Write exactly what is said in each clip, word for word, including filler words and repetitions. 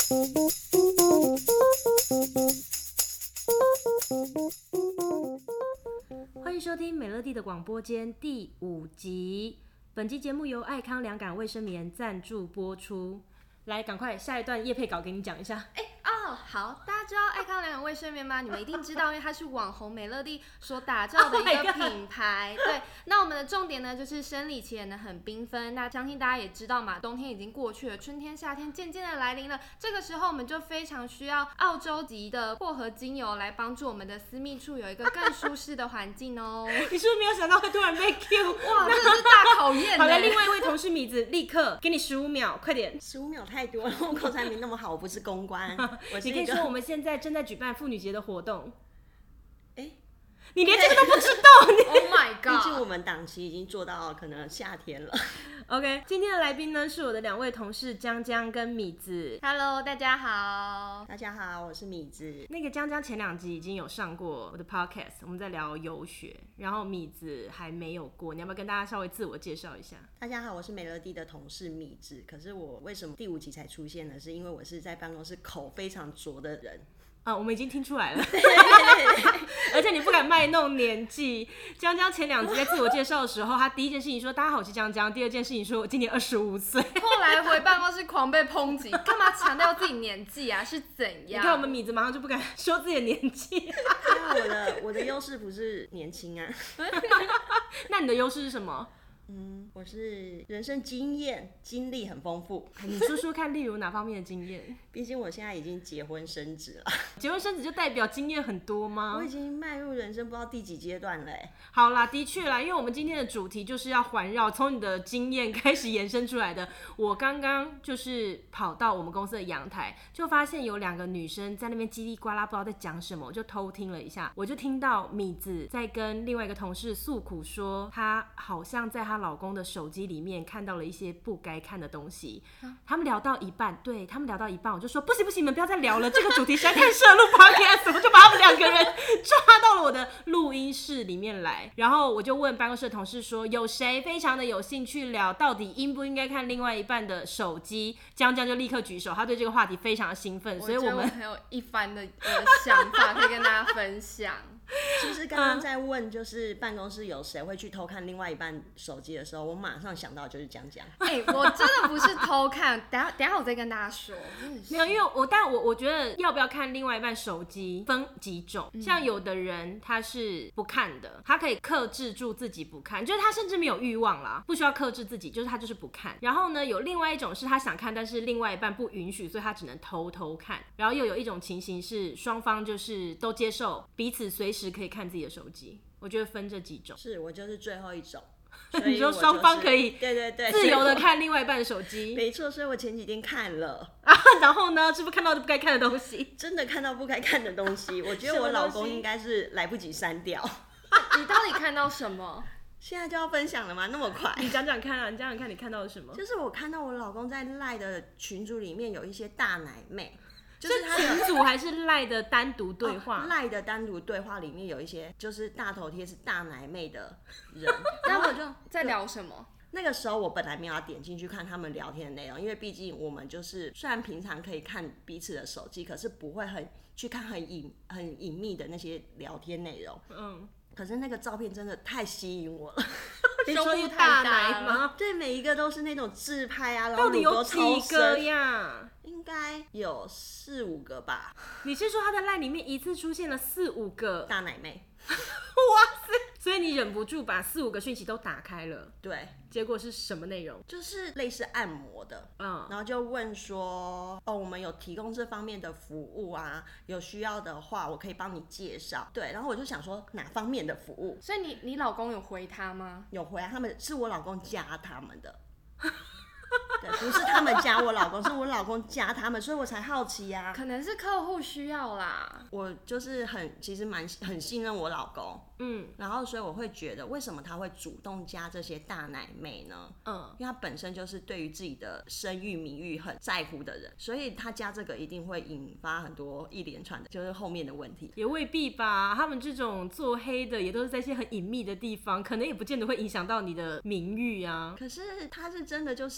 欢迎收听美乐蒂的广播间第五集。本集节目由爱康良感卫生棉赞助播出。来，赶快下一段业配稿给你讲一下。 哎、哦，好，大家知道爱康良感卫生棉吗？你们一定知道，因为它是网红美乐蒂所打造的一个品牌。Oh、对，那我们的重点呢，就是生理期也能很缤纷。那相信大家也知道嘛，冬天已经过去了，春天、夏天渐渐的来临了。这个时候，我们就非常需要澳洲籍的薄荷精油来帮助我们的私密处有一个更舒适的环境哦。 你是不是没有想到会突然被 Q？ 哇，这是大考验。 好了，另外一位同事米子，立刻给你十五秒，快点。 十五秒太多了，我口才没那么好，我不是公关。我是你可以说我们现在正在举办妇女节的活动。 哎、欸， 你连这个都不知道 ？Oh my god！ 毕竟我们档期已经做到可能夏天了。 OK， 今天的来宾呢是我的两位同事江江跟米子。 Hello， 大家好。 大家好，我是米子。 那个江江前两集已经有上过我的 podcast， 我们在聊游学，然后米子还没有过，你要不要跟大家稍微自我介绍一下？ 大家好，我是美乐蒂的同事米子。可是我为什么第五集才出现呢？是因为我是在办公室口非常拙的人。 啊，我们已经听出来了，而且你不敢卖弄年纪。江江前两集在自我介绍的时候，他第一件事情说：“大家好，我是江江。”第二件事情说：“我今年二十五岁。” 后来回办公室狂被抨击，干嘛强调自己年纪啊？是怎样？ 你看我们米子马上就不敢说自己的年纪。 那我的我的优势不是年轻啊。 那你的优势是什么？ 嗯，我是人生经验经历很丰富。 你说说看，例如哪方面的经验？ 毕竟我现在已经结婚生子了。 结婚生子就代表经验很多吗？ 我已经迈入人生不知道第几阶段了欸。 好啦，的确啦，因为我们今天的主题就是要环绕从你的经验开始延伸出来的。我刚刚就是跑到我们公司的阳台，就发现有两个女生在那边叽里呱啦，不知道在讲什么，我就偷听了一下，我就听到米子在跟另外一个同事诉苦说，她好像在她老公的手机里面看到了一些不该看的东西。他们聊到一半，对他们聊到一半，我就说不行不行，你们不要再聊了，这个主题实在太适合录 podcast， 我就把他们两个人抓到了我的录音室里面来，然后我就问办公室的同事说，有谁非常的有兴趣聊到底应不应该看另外一半的手机？江江就立刻举手，他对这个话题非常的兴奋，所以我们我很有一番的呃想法可以跟大家分享。 其实刚刚在问，就是办公室有谁会去偷看另外一半手机的时候，我马上想到就是江江。 哎、欸，我真的不是偷看，等下等下我再跟大家说。 没有，因为我但我我觉得要不要看另外一半手机分几种，嗯、像有的人他是不看的，他可以克制住自己不看，就是他甚至没有欲望啦，不需要克制自己，就是他就是不看。然后呢，有另外一种是他想看，但是另外一半不允许，所以他只能偷偷看。然后又有一种情形是双方就是都接受彼此随时可以看自己的手机，我觉得分这几种。 是我就是最后一种。 你说双方可以对对对自由的看另外一半的手机， 没错，所以我前几天看了啊，然后呢，是不是看到不该看的东西？ 真的看到不该看的东西，我觉得我老公应该是来不及删掉。 你到底看到什么？ 现在就要分享了吗？那么快？ 你讲讲看啊，你讲讲看，你看到了什么？ 就是我看到我老公在赖的群组里面有一些大奶妹。就是他群组还是赖的单独对话？ 赖、哦、的单独对话里面有一些就是大头贴是大奶妹的人，然后我就在聊什么？ 那个时候我本来没有要点进去看他们聊天的内容，因为毕竟我们就是虽然平常可以看彼此的手机，可是不会很去看很隐很隐秘的那些聊天内容。嗯。可是那个照片真的太吸引我了。 你说是大奶吗？ 对，每一个都是那种自拍啊，然后到底有几个呀？ 应该有四五个吧。 你是说他的赖里面一次出现了四五个大奶妹？ 哇塞！所以你忍不住把四五个讯息都打开了。 对。 结果是什么内容？ 就是类似按摩的，嗯，然后就问说，哦，我们有提供这方面的服务啊，有需要的话，我可以帮你介绍。对，然后我就想说哪方面的服务？ 所以你你老公有回他吗？ 有回啊，他们是我老公加他们的。对，不是他们加我老公，是我老公加他们，所以我才好奇呀、啊。 可能是客户需要啦。 我就是很，其实蛮很信任我老公，嗯，然后所以我会觉得，为什么他会主动加这些大奶妹呢？嗯，因为他本身就是对于自己的声誉名誉很在乎的人，所以他加这个一定会引发很多一连串的，就是后面的问题。 也未必吧，他们这种做黑的也都是在一些很隐秘的地方，可能也不见得会影响到你的名誉啊。 可是他是真的就是连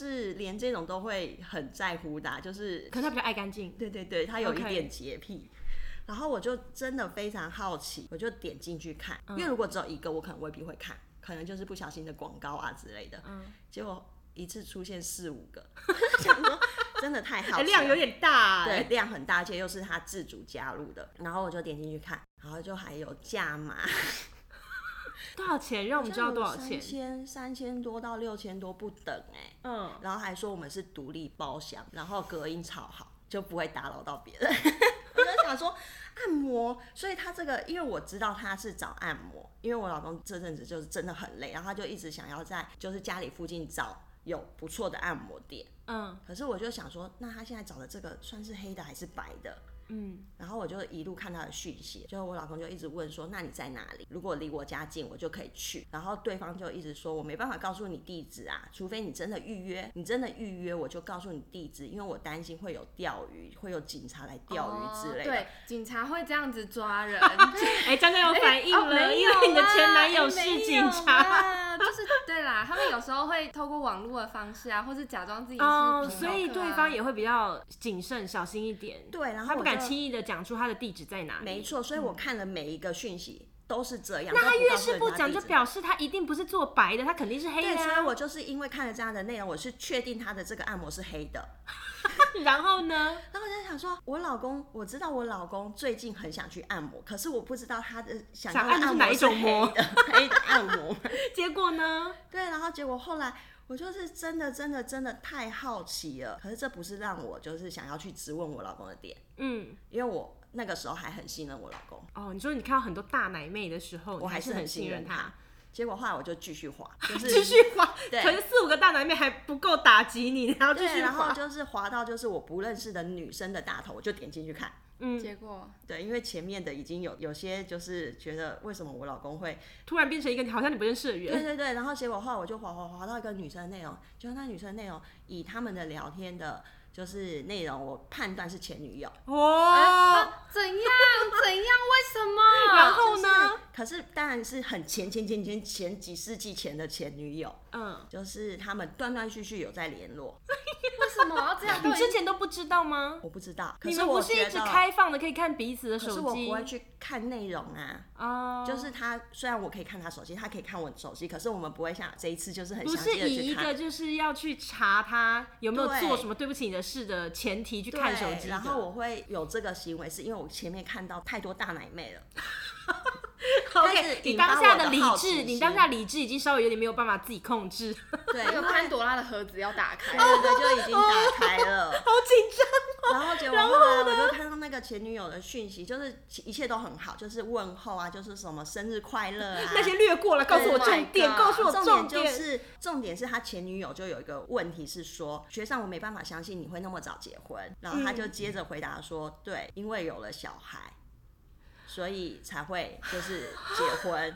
连这种都会很在乎的、啊，就是可能他比较爱干净。 对对对，他有一点 Okay. 洁癖。然后我就真的非常好奇，我就点进去看，因为如果只有一个，我可能未必会看，可能就是不小心的广告啊之类的。嗯，结果一次出现四五个，想说真的太好奇了， 量有点大、 欸，对，量很大，而且又是他自主加入的。然后我就点进去看，然后就还有价码， 多少钱？让我们知道多少钱？ 三千三千多到六千多不等哎、欸，嗯，然后还说我们是独立包厢，然后隔音超好，就不会打扰到别人。我就想说按摩，所以他这个，因为我知道他是找按摩，因为我老公这阵子就是真的很累，然后他就一直想要在就是家里附近找有不错的按摩店，嗯，可是我就想说，那他现在找的这个算是黑的还是白的？嗯，然后我就一路看他的讯息，就我老公就一直问说，那你在哪里？如果离我家近，我就可以去。然后对方就一直说，我没办法告诉你地址啊，除非你真的预约，你真的预约，我就告诉你地址，因为我担心会有钓鱼，会有警察来钓鱼之类的。哦、 对，警察会这样子抓人。 哎，江江有反应了，欸哦、因为你的前男友是警察。 就是对啦，他们有时候会透过网络的方式啊，或是假装自己是、 哦，所以对方也会比较谨慎小心一点。 对，然后他不敢轻易的讲出他的地址在哪里。 没错，所以我看了每一个讯息都是这样。 那他越是不讲，就表示他一定不是做白的，他肯定是黑的、啊。 对，所以我就是因为看了这样的内容，我是确定他的这个按摩是黑的。 然后呢？ 然后我就想说，我老公，我知道我老公最近很想去按摩，可是我不知道他的想要的按摩是黑的，黑的按摩。 结果呢？ 对，然后结果后来我就是真的真的真的太好奇了，可是这不是让我就是想要去质问我老公的点，嗯，因为我那个时候还很信任我老公。 哦，你说你看到很多大奶妹的时候， 我还是很信任他。结果后来我就继续滑，就是继续滑，可是四五个大奶妹还不够打击你，然后继续滑， 然后就是滑到就是我不认识的女生的大头，我就点进去看。 嗯，结果对，因为前面的已经有有些就是觉得为什么我老公会突然变成一个好像你不认识的人， 对对对，然后结果后来我就滑滑滑到一个女生的内容，结果那女生的内容以他们的聊天的。就是内容，我判断是前女友。 哇、 啊，怎样怎样？为什么？ 然后呢？ 就是、可是当然是很前前前前前几世纪前的前女友。嗯，就是他们断断续续有在联络。 为什么要这样？ 你之前都不知道吗？ 我不知道。 可是我觉得你们不是一直开放的，可以看彼此的手机。 可是我不会去看内容啊。哦。就是他虽然我可以看他手机，他可以看我手机，可是我们不会像这一次就是很详细的去看。 不是以一个就是要去查他有没有做什么对不起你的事的前提去看手机。 然后我会有这个行为，是因为我前面看到太多大奶妹了。 OK， 你当下的理智，你当下理智已经稍微有点没有办法自己控制。 对，因为潘朵拉的盒子要打开， 对对对，就已经打开了， 好紧张。 然后结果后来我就看到那个前女友的讯息，就是一切都很好，就是问候啊，就是什么生日快乐啊， 那些略过了，告诉我重点，告诉我重点。 重点就是重点是他前女友就有一个问题是说，学长我没办法相信你会那么早结婚，然后他就接着回答说，对，因为有了小孩。所以才会就是结婚。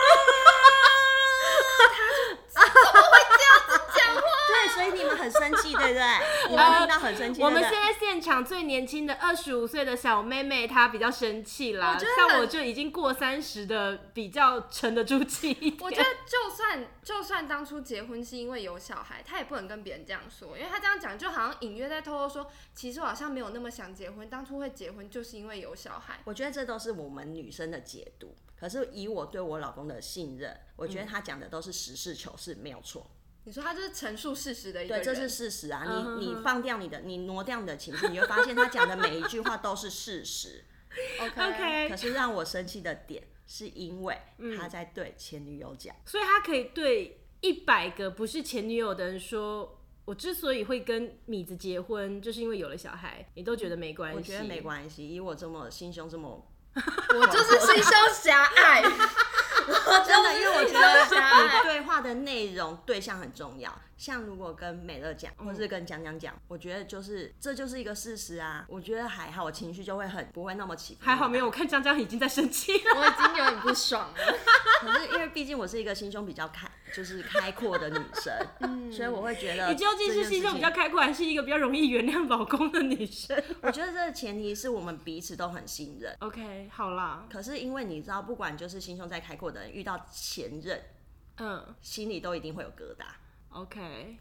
他怎么会这样子讲话？ 对，所以你们很生气，对不对？你们听到很生气。 我们现在现场最年轻的二十五岁的小妹妹，她比较生气啦。像我就已经过三十的，比较沉得住气一点。 我觉得就算就算当初结婚是因为有小孩，他也不能跟别人这样说，因为他这样讲就好像隐约在透露说，其实我好像没有那么想结婚，当初会结婚就是因为有小孩。 我觉得这都是我们女生的解读。可是以我对我老公的信任，我觉得他讲的都是实事求是，没有错。 你说他就是陈述事实的一个人， 对，这是事实啊！你你放掉你的，你挪掉你的情绪，你会发现他讲的每一句话都是事实。 OK， 可是让我生气的点是因为他在对前女友讲、嗯， 所以他可以对一百个不是前女友的人说，我之所以会跟米子结婚，就是因为有了小孩，你都觉得没关系。 我觉得没关系，以我这么心胸这么， 我就是心胸狭隘。 真的，因为我觉得你对话的内容对象很重要。像如果跟美乐讲，或是跟江江讲，我觉得就是这就是一个事实啊。我觉得还好，我情绪就会很不会那么起伏。 还好没有，我看江江已经在生气了， 我已经有点不爽了。 可是因为毕竟我是一个心胸比较开，就是开阔的女生，嗯，所以我会觉得你究竟是心胸比较开阔，还是一个比较容易原谅老公的女生？ 我觉得这个前提是我们彼此都很信任。 OK， 好啦。 可是因为你知道，不管就是心胸再开阔的人，遇到前任，嗯，心里都一定会有疙瘩。 OK， 对，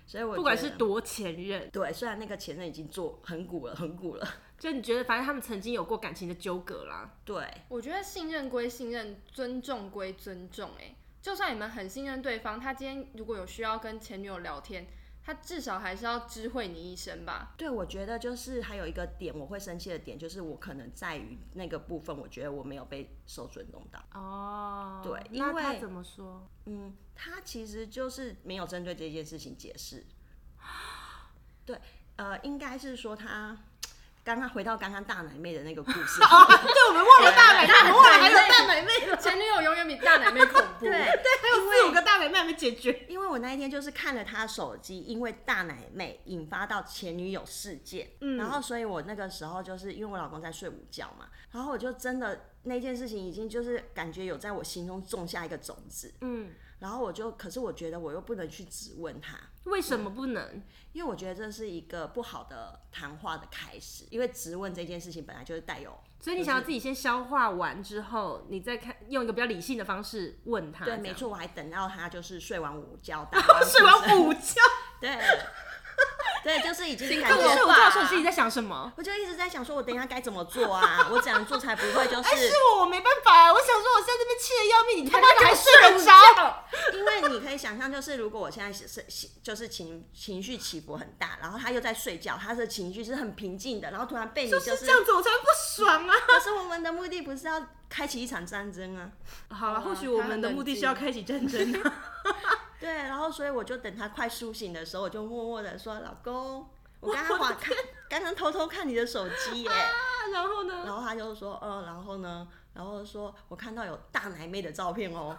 所以我不管是多前任， 对，虽然那个前任已经做很古了，很古了， 就你觉得反正他们曾经有过感情的纠葛啦。 对， 我觉得信任归信任，尊重归尊重、欸。就算你们很信任对方，他今天如果有需要跟前女友聊天，他至少还是要知会你一声吧。 对，我觉得就是还有一个点我会生气的点，就是我可能在于那个部分，我觉得我没有被受尊重到。 哦， 对，因为那他怎么说？ 嗯，他其实就是没有针对这件事情解释。对，呃，应该是说他刚刚回到刚刚大奶妹的那个故事。 哦，对，我们忘了大奶妹，我们忘了还有大奶妹。 前女友永远比大奶妹恐怖。 对对，还有四五个大奶妹还没解决。 因为我那一天就是看了他手机，因为大奶妹引发到前女友事件，嗯，然后所以我那个时候就是因为我老公在睡午觉嘛，然后我就真的那件事情已经就是感觉有在我心中种下一个种子，嗯，然后我就可是我觉得我又不能去质问他。 为什么不能？ 因为我觉得这是一个不好的谈话的开始，因为质问这件事情本来就是带有， 所以你想要自己先消化完之后，你再看用一个比较理性的方式问他。 对，没错，我还等到他就是睡完午觉，打完睡完午觉， 对。对，就是已经感觉睡午觉的时候，你自己在想什么？ 我就一直在想说，我等一下该怎么做啊？我怎样做才不会就是？ 哎，是我，我没办法。我想说，我现在这边气得要命，你他妈还睡得着？ 因为你可以想象，就是如果我现在是就是情情绪起伏很大，然后他又在睡觉，他的情绪是很平静的，然后突然被你就是这样子，我才不爽啊！ 可是我们的目的不是要开启一场战争啊？ 好了，或许我们的目的是要开启战争啊。 对，然后所以我就等他快苏醒的时候，我就默默的说：“老公，我刚刚滑看，刚刚偷偷看你的手机耶。啊” 然后呢？ 然后他就说：“嗯，然后呢？然后说我看到有大奶妹的照片哦。”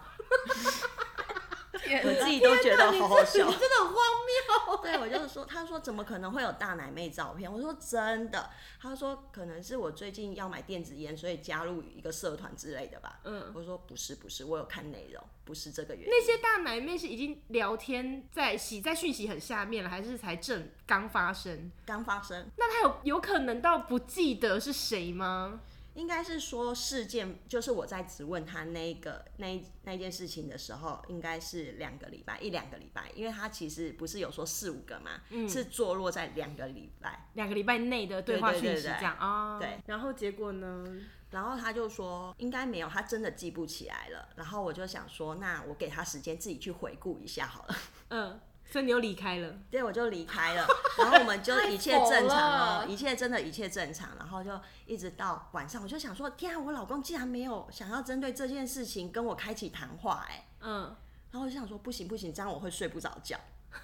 我自己都觉得好好笑， 你真的很荒谬。 对，我就是说，他说怎么可能会有大奶妹照片？我说真的，他说可能是我最近要买电子烟，所以加入一个社团之类的吧。嗯，我说不是不是，我有看内容，不是这个原因。 那些大奶妹是已经聊天在洗在讯息很下面了，还是才正刚发生？ 刚发生。 那他有有可能到不记得是谁吗？ 应该是说事件，就是我在质问他那个那那件事情的时候，应该是两个礼拜一两个礼拜，因为他其实不是有说四五个嘛，嗯、是坐落在两个礼拜， 两个礼拜内的对话讯息这样啊。 对， 然后结果呢？ 然后他就说应该没有，他真的记不起来了。然后我就想说，那我给他时间自己去回顾一下好了。 嗯。所以你又离开了？ 对，我就离开了，然后我们就一切正常哦，一切真的一切正常，然后就一直到晚上，我就想说，天啊，我老公竟然没有想要针对这件事情跟我开启谈话，哎，嗯，然后我就想说，不行不行，这样我会睡不着觉。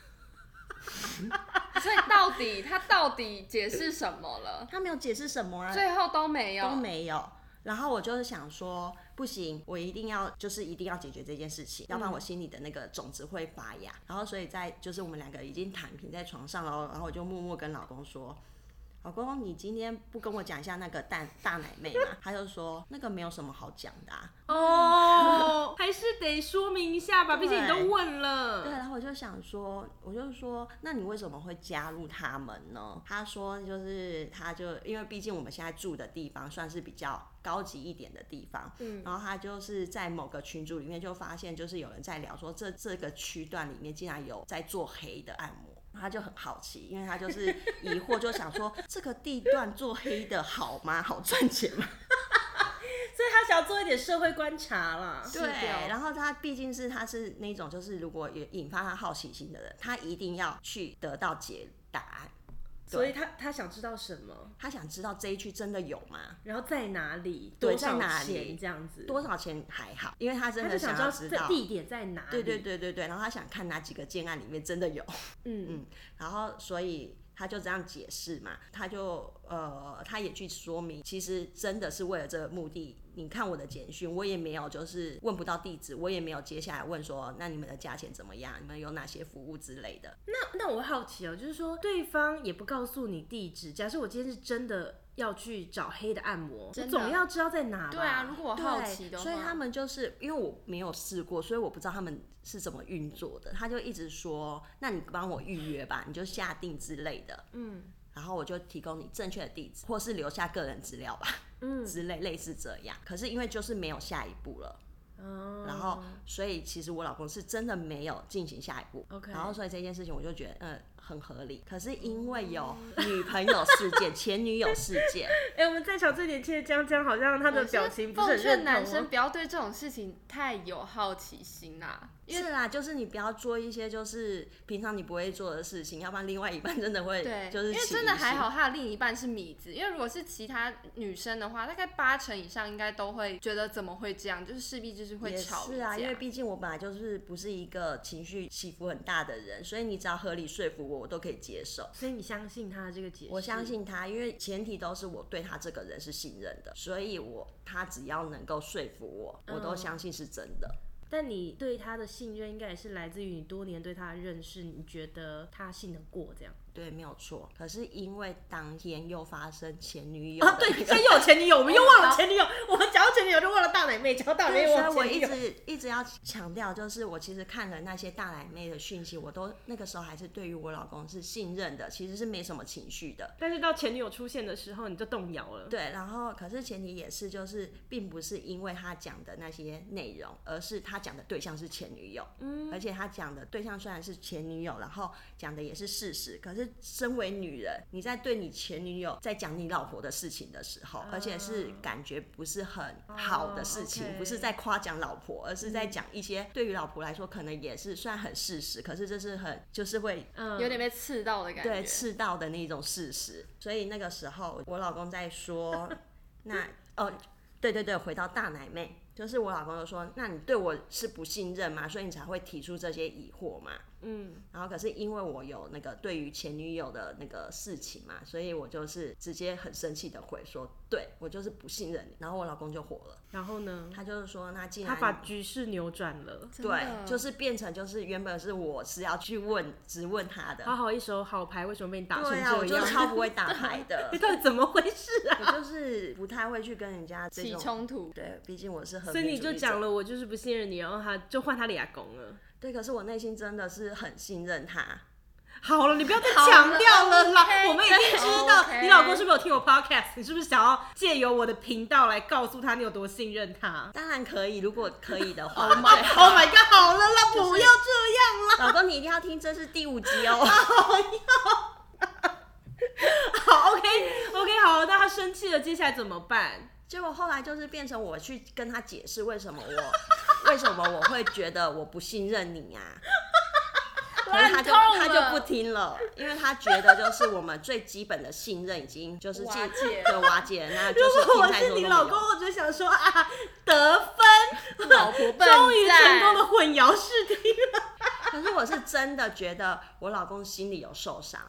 所以到底他到底解释什么了？ 他没有解释什么啊， 最后都没有， 都没有。然后我就是想说，不行，我一定要就是一定要解决这件事情，要不然我心里的那个种子会发芽。然后所以在就是我们两个已经躺平在床上了，然后我就默默跟老公说，老公，你今天不跟我讲一下那个大大奶妹吗？他就说那个没有什么好讲的啊。 哦，还是得说明一下吧，毕竟你都问了。 对，然后我就想说，我就说，那你为什么会加入他们呢？他说就是他就因为毕竟我们现在住的地方算是比较高级一点的地方，嗯，然后他就是在某个群组里面就发现，就是有人在聊说这这个区段里面竟然有在做黑的按摩。他就很好奇，因为他就是疑惑，就想说这个地段做黑的好吗？好赚钱吗？ 所以他想要做一点社会观察啦。 对，然后他毕竟是他是那种就是如果有引发他好奇心的人，他一定要去得到解答案。 所以他他想知道什么？ 他想知道这一区真的有吗？ 然后在哪里？ 对，在哪里？ 这样子， 多少钱还好，因为他真的想要知道地点在哪里。 对对对对对，然后他想看哪几个建案里面真的有。嗯嗯，然后所以他就这样解释嘛，他就呃他也去说明，其实真的是为了这个目的。你看我的简讯，我也没有就是问不到地址，我也没有接下来问说那你们的价钱怎么样，你们有哪些服务之类的。 那那我会好奇哦，就是说对方也不告诉你地址，假设我今天是真的要去找黑的按摩，我总要知道在哪吧？ 对啊，如果我好奇的话， 所以他们就是因为我没有试过，所以我不知道他们是怎么运作的。他就一直说，那你帮我预约吧，你就下定之类的。嗯。然后我就提供你正确的地址，或是留下个人资料吧，嗯，之类类似这样。可是因为就是没有下一步了， 嗯、然后所以其实我老公是真的没有进行下一步。 Okay. 然后所以这件事情我就觉得，嗯、呃。很合理，可是因为有女朋友事件、前女友事件， 哎、欸，我们在场最年轻的江江好像他的表情不是很认同。 奉劝男生不要对这种事情太有好奇心啦、啊。 是啦，就是你不要做一些就是平常你不会做的事情，要不然另外一半真的会就是因为真的还好他的另一半是米子，因为如果是其他女生的话，大概八成以上应该都会觉得怎么会这样，就是势必就是会吵架。 也是啊，因为毕竟我本来就是不是一个情绪起伏很大的人，所以你只要合理说服我，我都可以接受。 所以你相信他的这个解释？ 我相信他，因为前提都是我对他这个人是信任的，所以我他只要能够说服我，我都相信是真的。嗯， 但你对他的信任应该也是来自于你多年对他的认识，你觉得他信得过这样？ 对，没有错。可是因为当天又发生前女友啊，对，现在又有前女友，我们又忘了前女友。我们讲到前女友就忘了大奶妹，讲到大奶妹忘了前女友。 所以我一直一直要强调，就是我其实看了那些大奶妹的讯息，我都那个时候还是对于我老公是信任的，其实是没什么情绪的。 但是到前女友出现的时候，你就动摇了。 对，然后可是前提也是，就是并不是因为他讲的那些内容，而是他讲的对象是前女友。嗯，而且他讲的对象虽然是前女友，然后讲的也是事实，可是身为女人，你在对你前女友在讲你老婆的事情的时候，而且是感觉不是很好的事情， oh, okay. 不是在夸奖老婆，而是在讲一些对于老婆来说可能也是虽然很事实，可是这是很就是会、 嗯、有点被刺到的感觉， 对，刺到的那种事实。所以那个时候我老公在说，那哦，对对对，回到大奶妹，就是我老公就说，那你对我是不信任吗？所以你才会提出这些疑惑嘛。嗯，然后可是因为我有那个对于前女友的那个事情嘛，所以我就是直接很生气的回说，对，我就是不信任你。然后我老公就火了。 然后呢？ 他就是说，那既然他把局势扭转了， 对，就是变成就是原本是我是要去问质问他的， 好好一手好牌，为什么被你打成这样？ 对啊，我就超不会打牌的。 你到底怎么回事啊？ 我就是不太会去跟人家这种起冲突。 对，毕竟我是和平主义者。 所以你就讲了，我就是不信任你，然后他就换他的牙公了。 对，可是我内心真的是很信任他。 好了，你不要再强调了啦， okay, 我们已经知道 okay. 你老公是不是有听我 podcast， 你是不是想要借由我的频道来告诉他你有多信任他？ 当然可以，如果可以的话。 Oh my god， oh my god， 好了啦，不要这样啦， 老公你一定要听，这是第五集哦。 好 ，OK OK， 好，那他生气了，接下来怎么办？ 结果后来就是变成我去跟他解释为什么我为什么我会觉得我不信任你啊。可是他就他就不听了，因为他觉得就是我们最基本的信任已经就是瓦解对瓦解，那就是如果我是你老公，我就想说啊，得分， 老婆笨蛋， 终于成功的混淆视听了。 可是我是真的觉得我老公心里有受伤。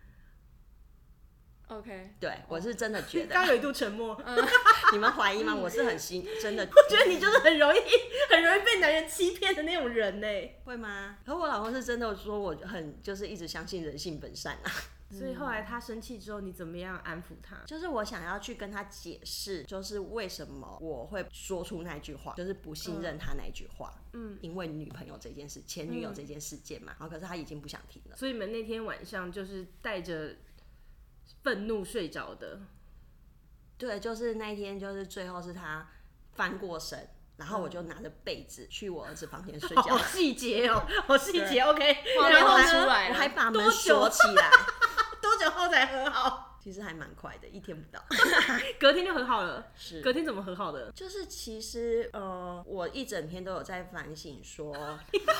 OK， 对，我是真的觉得。 刚有一度沉默， 嗯、 你们怀疑吗？我是很心真的。 我觉得你就是很容易、很容易被男人欺骗的那种人呢。 会吗？可我老公是真的说我很就是一直相信人性本善啊。 所以后来他生气之后，你怎么样安抚他？ 就是我想要去跟他解释，就是为什么我会说出那句话，就是不信任他那句话。嗯，因为女朋友这件事、前女友这件事件嘛。然后可是他已经不想听了。 所以你们那天晚上就是带着愤怒睡着的。 对，就是那一天，就是最后是他翻过身，然后我就拿着被子去我儿子房间睡觉。 好细节哦，好细节。OK， 然后呢， 出来我还把门锁起来。 多久后才和好？ 其实还蛮快的，一天不到， 隔天就和好了。 是， 隔天怎么和好的？ 就是其实呃，我一整天都有在反省说。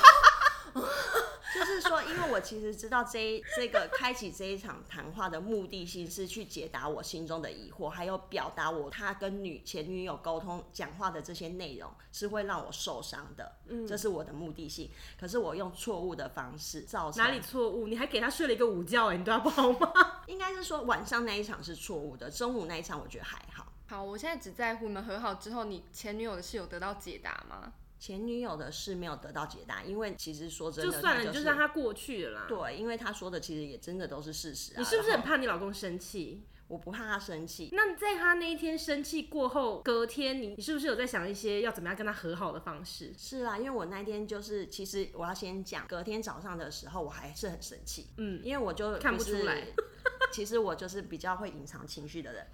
就是说，因为我其实知道这一这个开启这一场谈话的目的性是去解答我心中的疑惑，还有表达我他跟女前女友沟通讲话的这些内容是会让我受伤的，嗯，这是我的目的性。可是我用错误的方式造成。 哪里错误？你还给他睡了一个午觉，哎，你对他不好吗？ 应该是说晚上那一场是错误的，中午那一场我觉得还好。 好，我现在只在乎你们和好之后，你前女友的事有得到解答吗？ 前女友的事没有得到解答，因为其实说真的， 就算了， 就是、 你就让他过去了啦。 对，因为他说的其实也真的都是事实啊。 你是不是很怕你老公生气？ 我不怕他生气。 那在他那一天生气过后，隔天你你是不是有在想一些要怎么样跟他和好的方式？ 是啊，因为我那天就是其实我要先讲，隔天早上的时候我还是很生气，嗯，因为我就、就是、 看不出来。 其实我就是比较会隐藏情绪的人。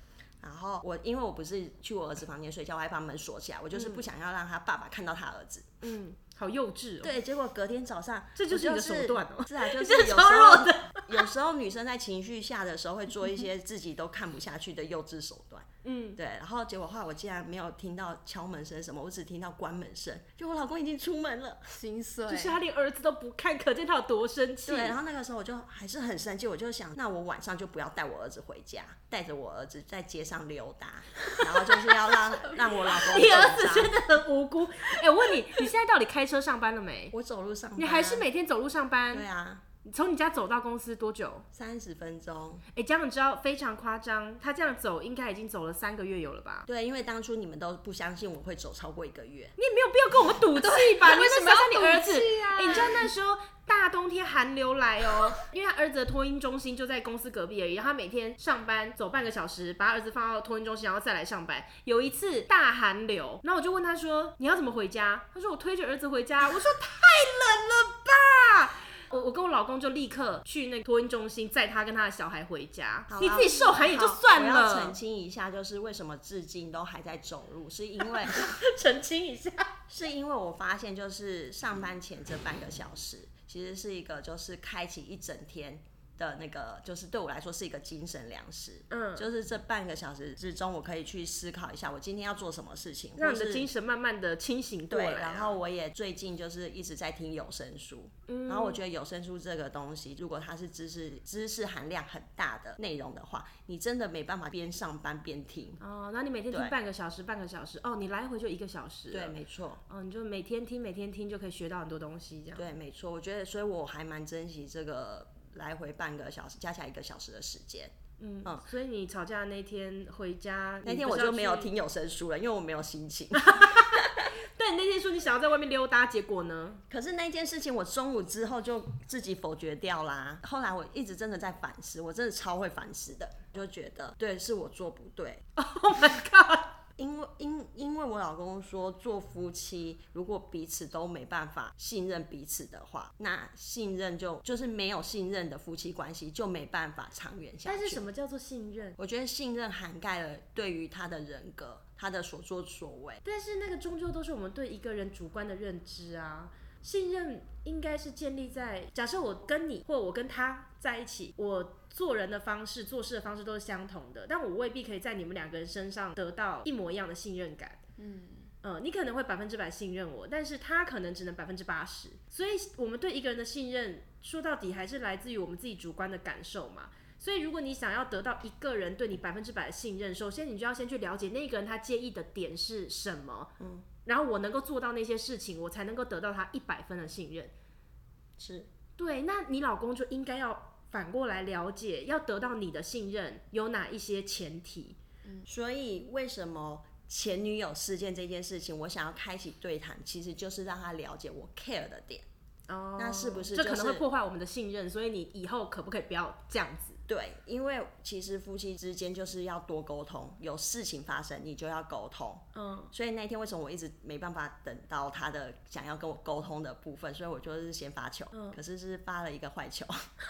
然后我因为我不是去我儿子房间睡觉，我还把门锁起来，我就是不想要让他爸爸看到他儿子。 嗯，好幼稚哦。 对，结果隔天早上， 这就是你的手段哦。 是啊，就是有时候有时候女生在情绪下的时候会做一些自己都看不下去的幼稚手段。嗯，对，然后结果后来我竟然没有听到敲门声什么，我只听到关门声，就我老公已经出门了， 心碎， 就是他连儿子都不看，可见他有多生气。 对，然后那个时候我就还是很生气，我就想，那我晚上就不要带我儿子回家，带着我儿子在街上溜达，然后就是要让让我老公你儿子真的很无辜。哎、欸，我问你，你现在到底开车上班了没？ 我走路上班、啊， 你还是每天走路上班？ 对啊。 从你家走到公司多久？ 三十分钟。 哎、欸，这样你知道非常夸张，他这样走应该已经走了三个月有了吧？ 对，因为当初你们都不相信我会走超过一个月， 你也没有必要跟我们赌气吧？你为什么要你儿子？ 哎、 欸，你知道那时候大冬天寒流来哦，因为他儿子的托婴中心就在公司隔壁而已，然后他每天上班走半个小时，把他儿子放到托婴中心，然后再来上班。有一次大寒流，然后我就问他说：“你要怎么回家？”他说：“我推着儿子回家。”我说：“太冷了吧！”我我跟我老公就立刻去那个托婴中心载他跟他的小孩回家。你自己受寒也就算了。 我要澄清一下，就是为什么至今都还在走路，是因为澄清一下， 是因为我发现就是上班前这半个小时，其实是一个就是开启一整天的那个，就是对我来说是一个精神粮食。嗯，就是这半个小时之中，我可以去思考一下我今天要做什么事情， 让你的精神慢慢的清醒过来、啊。 对，然后我也最近就是一直在听有声书。嗯，然后我觉得有声书这个东西，如果它是知识知识含量很大的内容的话，你真的没办法边上班边听。 哦，那你每天听半个小时，半个小时，哦，你来回就一个小时。 对，没错。 哦，你就每天听，每天听就可以学到很多东西，这样。 对，没错。我觉得，所以我还蛮珍惜这个来回半个小时，加起来一个小时的时间。 嗯, 嗯，所以你吵架那天回家， 那天我就没有听有声书了，因为我没有心情。 对，你那天说你想要在外面溜达，结果呢？ 可是那件事情我中午之后就自己否决掉啦。后来我一直真的在反思，我真的超会反思的，就觉得对，是我做不对。 Oh my god！ 因为因因为我老公说，做夫妻如果彼此都没办法信任彼此的话，那信任就就是没有信任的夫妻关系就没办法长远下去。 但是什么叫做信任？ 我觉得信任涵盖了对于他的人格，他的所作所为。 但是那个终究都是我们对一个人主观的认知啊。信任应该是建立在，假设我跟你或我跟他在一起，我做人的方式、做事的方式都是相同的，但我未必可以在你们两个人身上得到一模一样的信任感。嗯，呃，你可能会百分之百信任我，但是他可能只能百分之八十。所以，我们对一个人的信任，说到底还是来自于我们自己主观的感受嘛。所以，如果你想要得到一个人对你百分之百的信任，首先你就要先去了解那个人他介意的点是什么。嗯。然后我能够做到那些事情，我才能够得到他一百分的信任。 是， 对，那你老公就应该要反过来了解，要得到你的信任有哪一些前提。 嗯，所以为什么前女友事件这件事情，我想要开启对谈，其实就是让他了解我 care 的点。哦，那是不是、就是、 这可能会破坏我们的信任？所以你以后可不可以不要这样子？ 对，因为其实夫妻之间就是要多沟通，有事情发生你就要沟通。嗯，所以那天为什么我一直没办法等到他的想要跟我沟通的部分，所以我就是先发球，嗯、可是是发了一个坏球。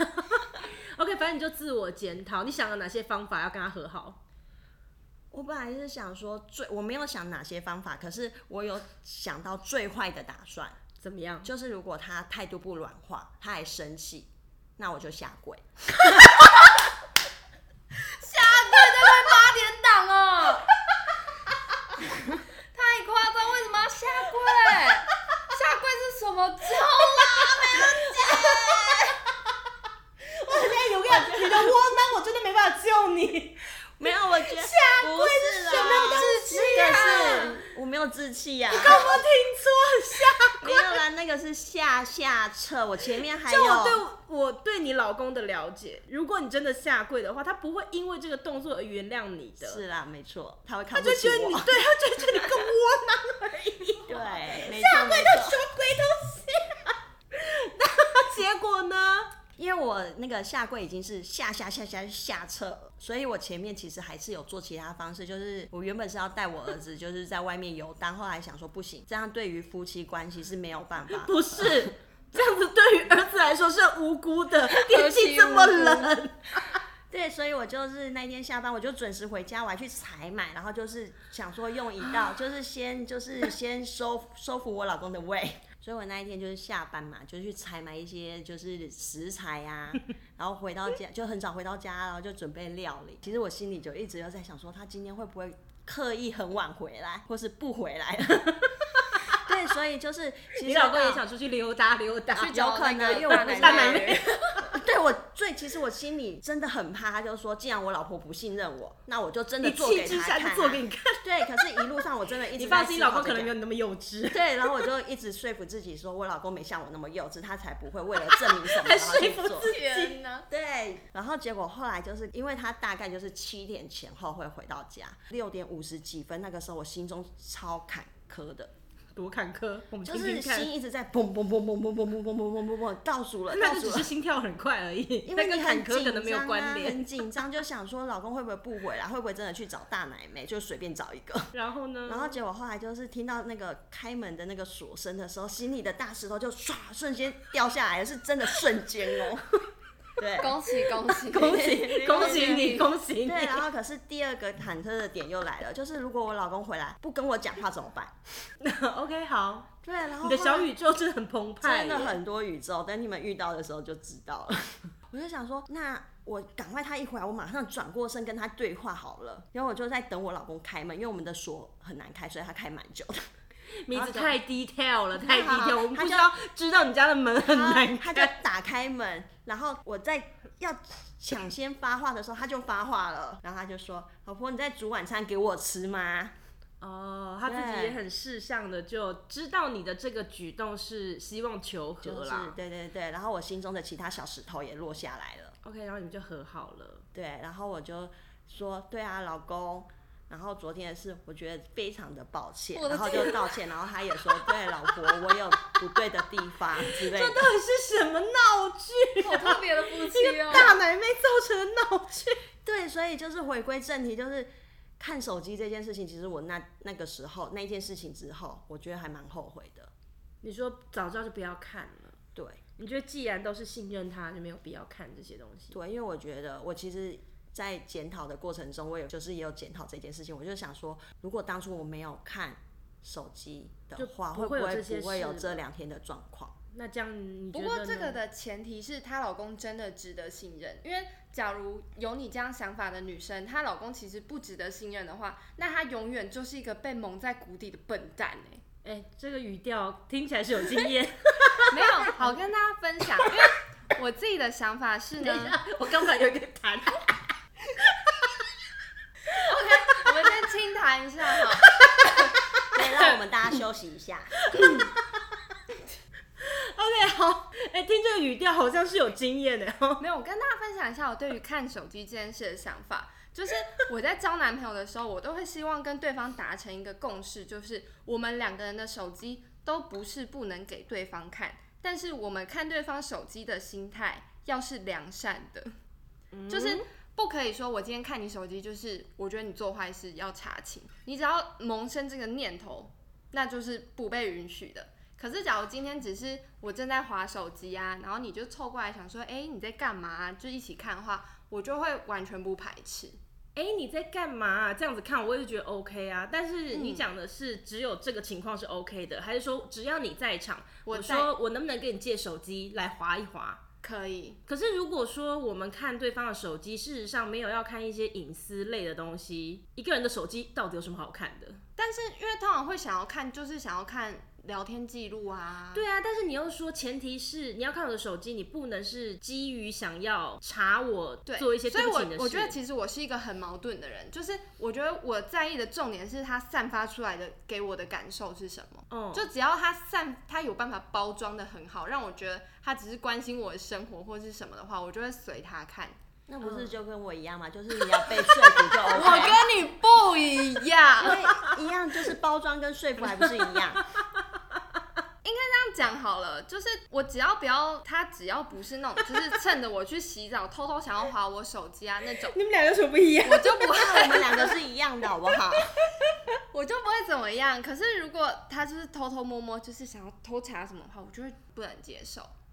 OK， 反正你就自我检讨，你想了哪些方法要跟他和好？ 我本来是想说最，我没有想哪些方法，可是我有想到最坏的打算。 怎么样？ 就是如果他态度不软化，他还生气，那我就下跪。 下跪在会八点档哦，太夸张！为什么要下跪？下跪是什么招啦？美人姐， 我现在有个你的窝囊，我真的没办法救你。 没有，我觉得下跪是什么志气啊？我没有志气呀、啊。 你刚刚听错下跪？ 没有啦，那个是下下策。我前面还有。 就我对我对你老公的了解，如果你真的下跪的话，他不会因为这个动作而原谅你的。 是啦，没错，他会看不起我。 他就觉得你对，他就觉得你个窝囊而已。 对，没错。下跪都什么鬼东西？那结果呢？ 因为我那个下跪已经是下下下下下策了，所以我前面其实还是有做其他方式，就是我原本是要带我儿子就是在外面游荡，后来想说不行，这样对于夫妻关系是没有办法。 不是，这样子对于儿子来说是无辜的，天气这么冷。 对，所以我就是那天下班我就准时回家，我还去采买，然后就是想说用一道，就是先就是先收收服我老公的胃。所以我那一天就是下班嘛，就去采买一些就是食材啊，然后回到家就很早回到家，然后就准备料理。其实我心里就一直又在想说，他今天会不会刻意很晚回来，或是不回来了？对，所以就是其实你老公也想出去溜达溜达， 有可能，因为我大奶妹。 对，我最其实我心里真的很怕，他就说，既然我老婆不信任我，那我就真的做给他看、啊。 做给你看。 对，可是一路上我真的一直在、這個、 你放心，老公可能没有你那么幼稚。 对，然后我就一直说服自己说，我老公没像我那么幼稚，他才不会为了证明什么还然后去做。 说服自己呢？ 对，然后结果后来就是因为他大概就是七点前后会回到家，六点五十几分那个时候我心中超坎坷的。 多坎坷，我们就是心一直在嘣嘣嘣嘣嘣嘣嘣嘣嘣嘣嘣倒数了， 那就只是心跳很快而已， 因为你坎坷可能没有关联， 很紧张，就想说老公会不会不回来，会不会真的去找大奶妹，就随便找一个。 然后呢？ 然后结果后来就是听到那个开门的那个锁声的时候，心里的大石头就唰瞬间掉下来了，是真的瞬间哦。对， 恭喜恭喜恭喜恭喜你恭喜你！ 对，然后可是第二个忐忑的点又来了，就是如果我老公回来不跟我讲话怎么办 ？OK， 好。 对，然后你的小宇宙真的很澎湃， 真的很多宇宙，等你们遇到的时候就知道了。我就想说，那我赶快他一回来，我马上转过身跟他对话好了。然后我就在等我老公开门，因为我们的锁很难开，所以他开蛮久的。 名字太 detail 了，太 detail， 我们不需要知道你家的门很难开。他就打开门，然后我在要抢先发话的时候，他就发话了，然后他就说：“老婆，你在煮晚餐给我吃吗？” 哦，他自己也很识相的就知道你的这个举动是希望求和啦， 就是、对对对，然后我心中的其他小石头也落下来了。 OK， 然后你们就和好了。 对，然后我就说：“对啊，老公。”然后昨天的事，我觉得非常的抱歉，然后就道歉，然后他也说：“对，老婆，我有不对的地方之类的。” 这到底是什么闹剧、 啊？好特别的夫妻哦！ 一个大奶妹造成的闹剧。 对，所以就是回归正题，就是看手机这件事情，其实我那那个时候那件事情之后，我觉得还蛮后悔的。 你说早知道就不要看了。 对， 你觉得既然都是信任他，就没有必要看这些东西。 对，因为我觉得我其实。在检讨的过程中，我有就是也有检讨这件事情，我就想说，如果当初我没有看手机的话，会不会不会有这两天的状况？ 那这样你觉得呢？ 不过这个的前提是她老公真的值得信任，因为假如有你这样想法的女生，她老公其实不值得信任的话，那她永远就是一个被蒙在鼓底的笨蛋哎、欸。 哎、欸，这个语调听起来是有经验， 没有，好跟大家分享，因为我自己的想法是呢， 我刚才有一个痰。 OK， 我们先轻谈一下哈， 对，让我们大家休息一下。 OK， 好，哎、欸，听这个语调好像是有经验的。 没有，我跟大家分享一下我对于看手机这件事的想法。就是我在交男朋友的时候，我都会希望跟对方达成一个共识，就是我们两个人的手机都不是不能给对方看，但是我们看对方手机的心态要是良善的，嗯、就是不可以说我今天看你手机，就是我觉得你做坏事要查寝，你只要萌生这个念头，那就是不被允许的。可是假如今天只是我正在滑手机啊，然后你就凑过来想说，哎、欸，你在干嘛、啊？就一起看的话，我就会完全不排斥。 哎、欸，你在干嘛、啊？这样子看我也觉得 OK 啊。但是你讲的是只有这个情况是 OK 的，嗯、还是说只要你在场，我, 我说我能不能跟你借手机来滑一滑？ 可以。 可是如果说我们看对方的手机，事实上没有要看一些隐私类的东西，一个人的手机到底有什么好看的？ 但是因为通常会想要看，就是想要看聊天记录啊。 对啊，但是你又说前提是你要看我的手机，你不能是基于想要查我做一些对不起你的事。 所以我我觉得其实我是一个很矛盾的人，就是我觉得我在意的重点是他散发出来的给我的感受是什么。嗯，就只要他散他有办法包装的很好，让我觉得他只是关心我的生活或是什么的话，我就会随他看。 那不是就跟我一样吗？就是你要被说服就 OK。 我跟你不一样， 因为一样就是包装跟说服还不是一样。 应该这样讲好了，就是我只要不要他，只要不是那种就是趁着我去洗澡偷偷想要滑我手机啊那种。 你们俩有什么不一样？ 我就不会， 我们两个是一样的，好不好？ 我就不会怎么样。可是如果他就是偷偷摸摸，就是想要偷查什么的话，我就会不能接受。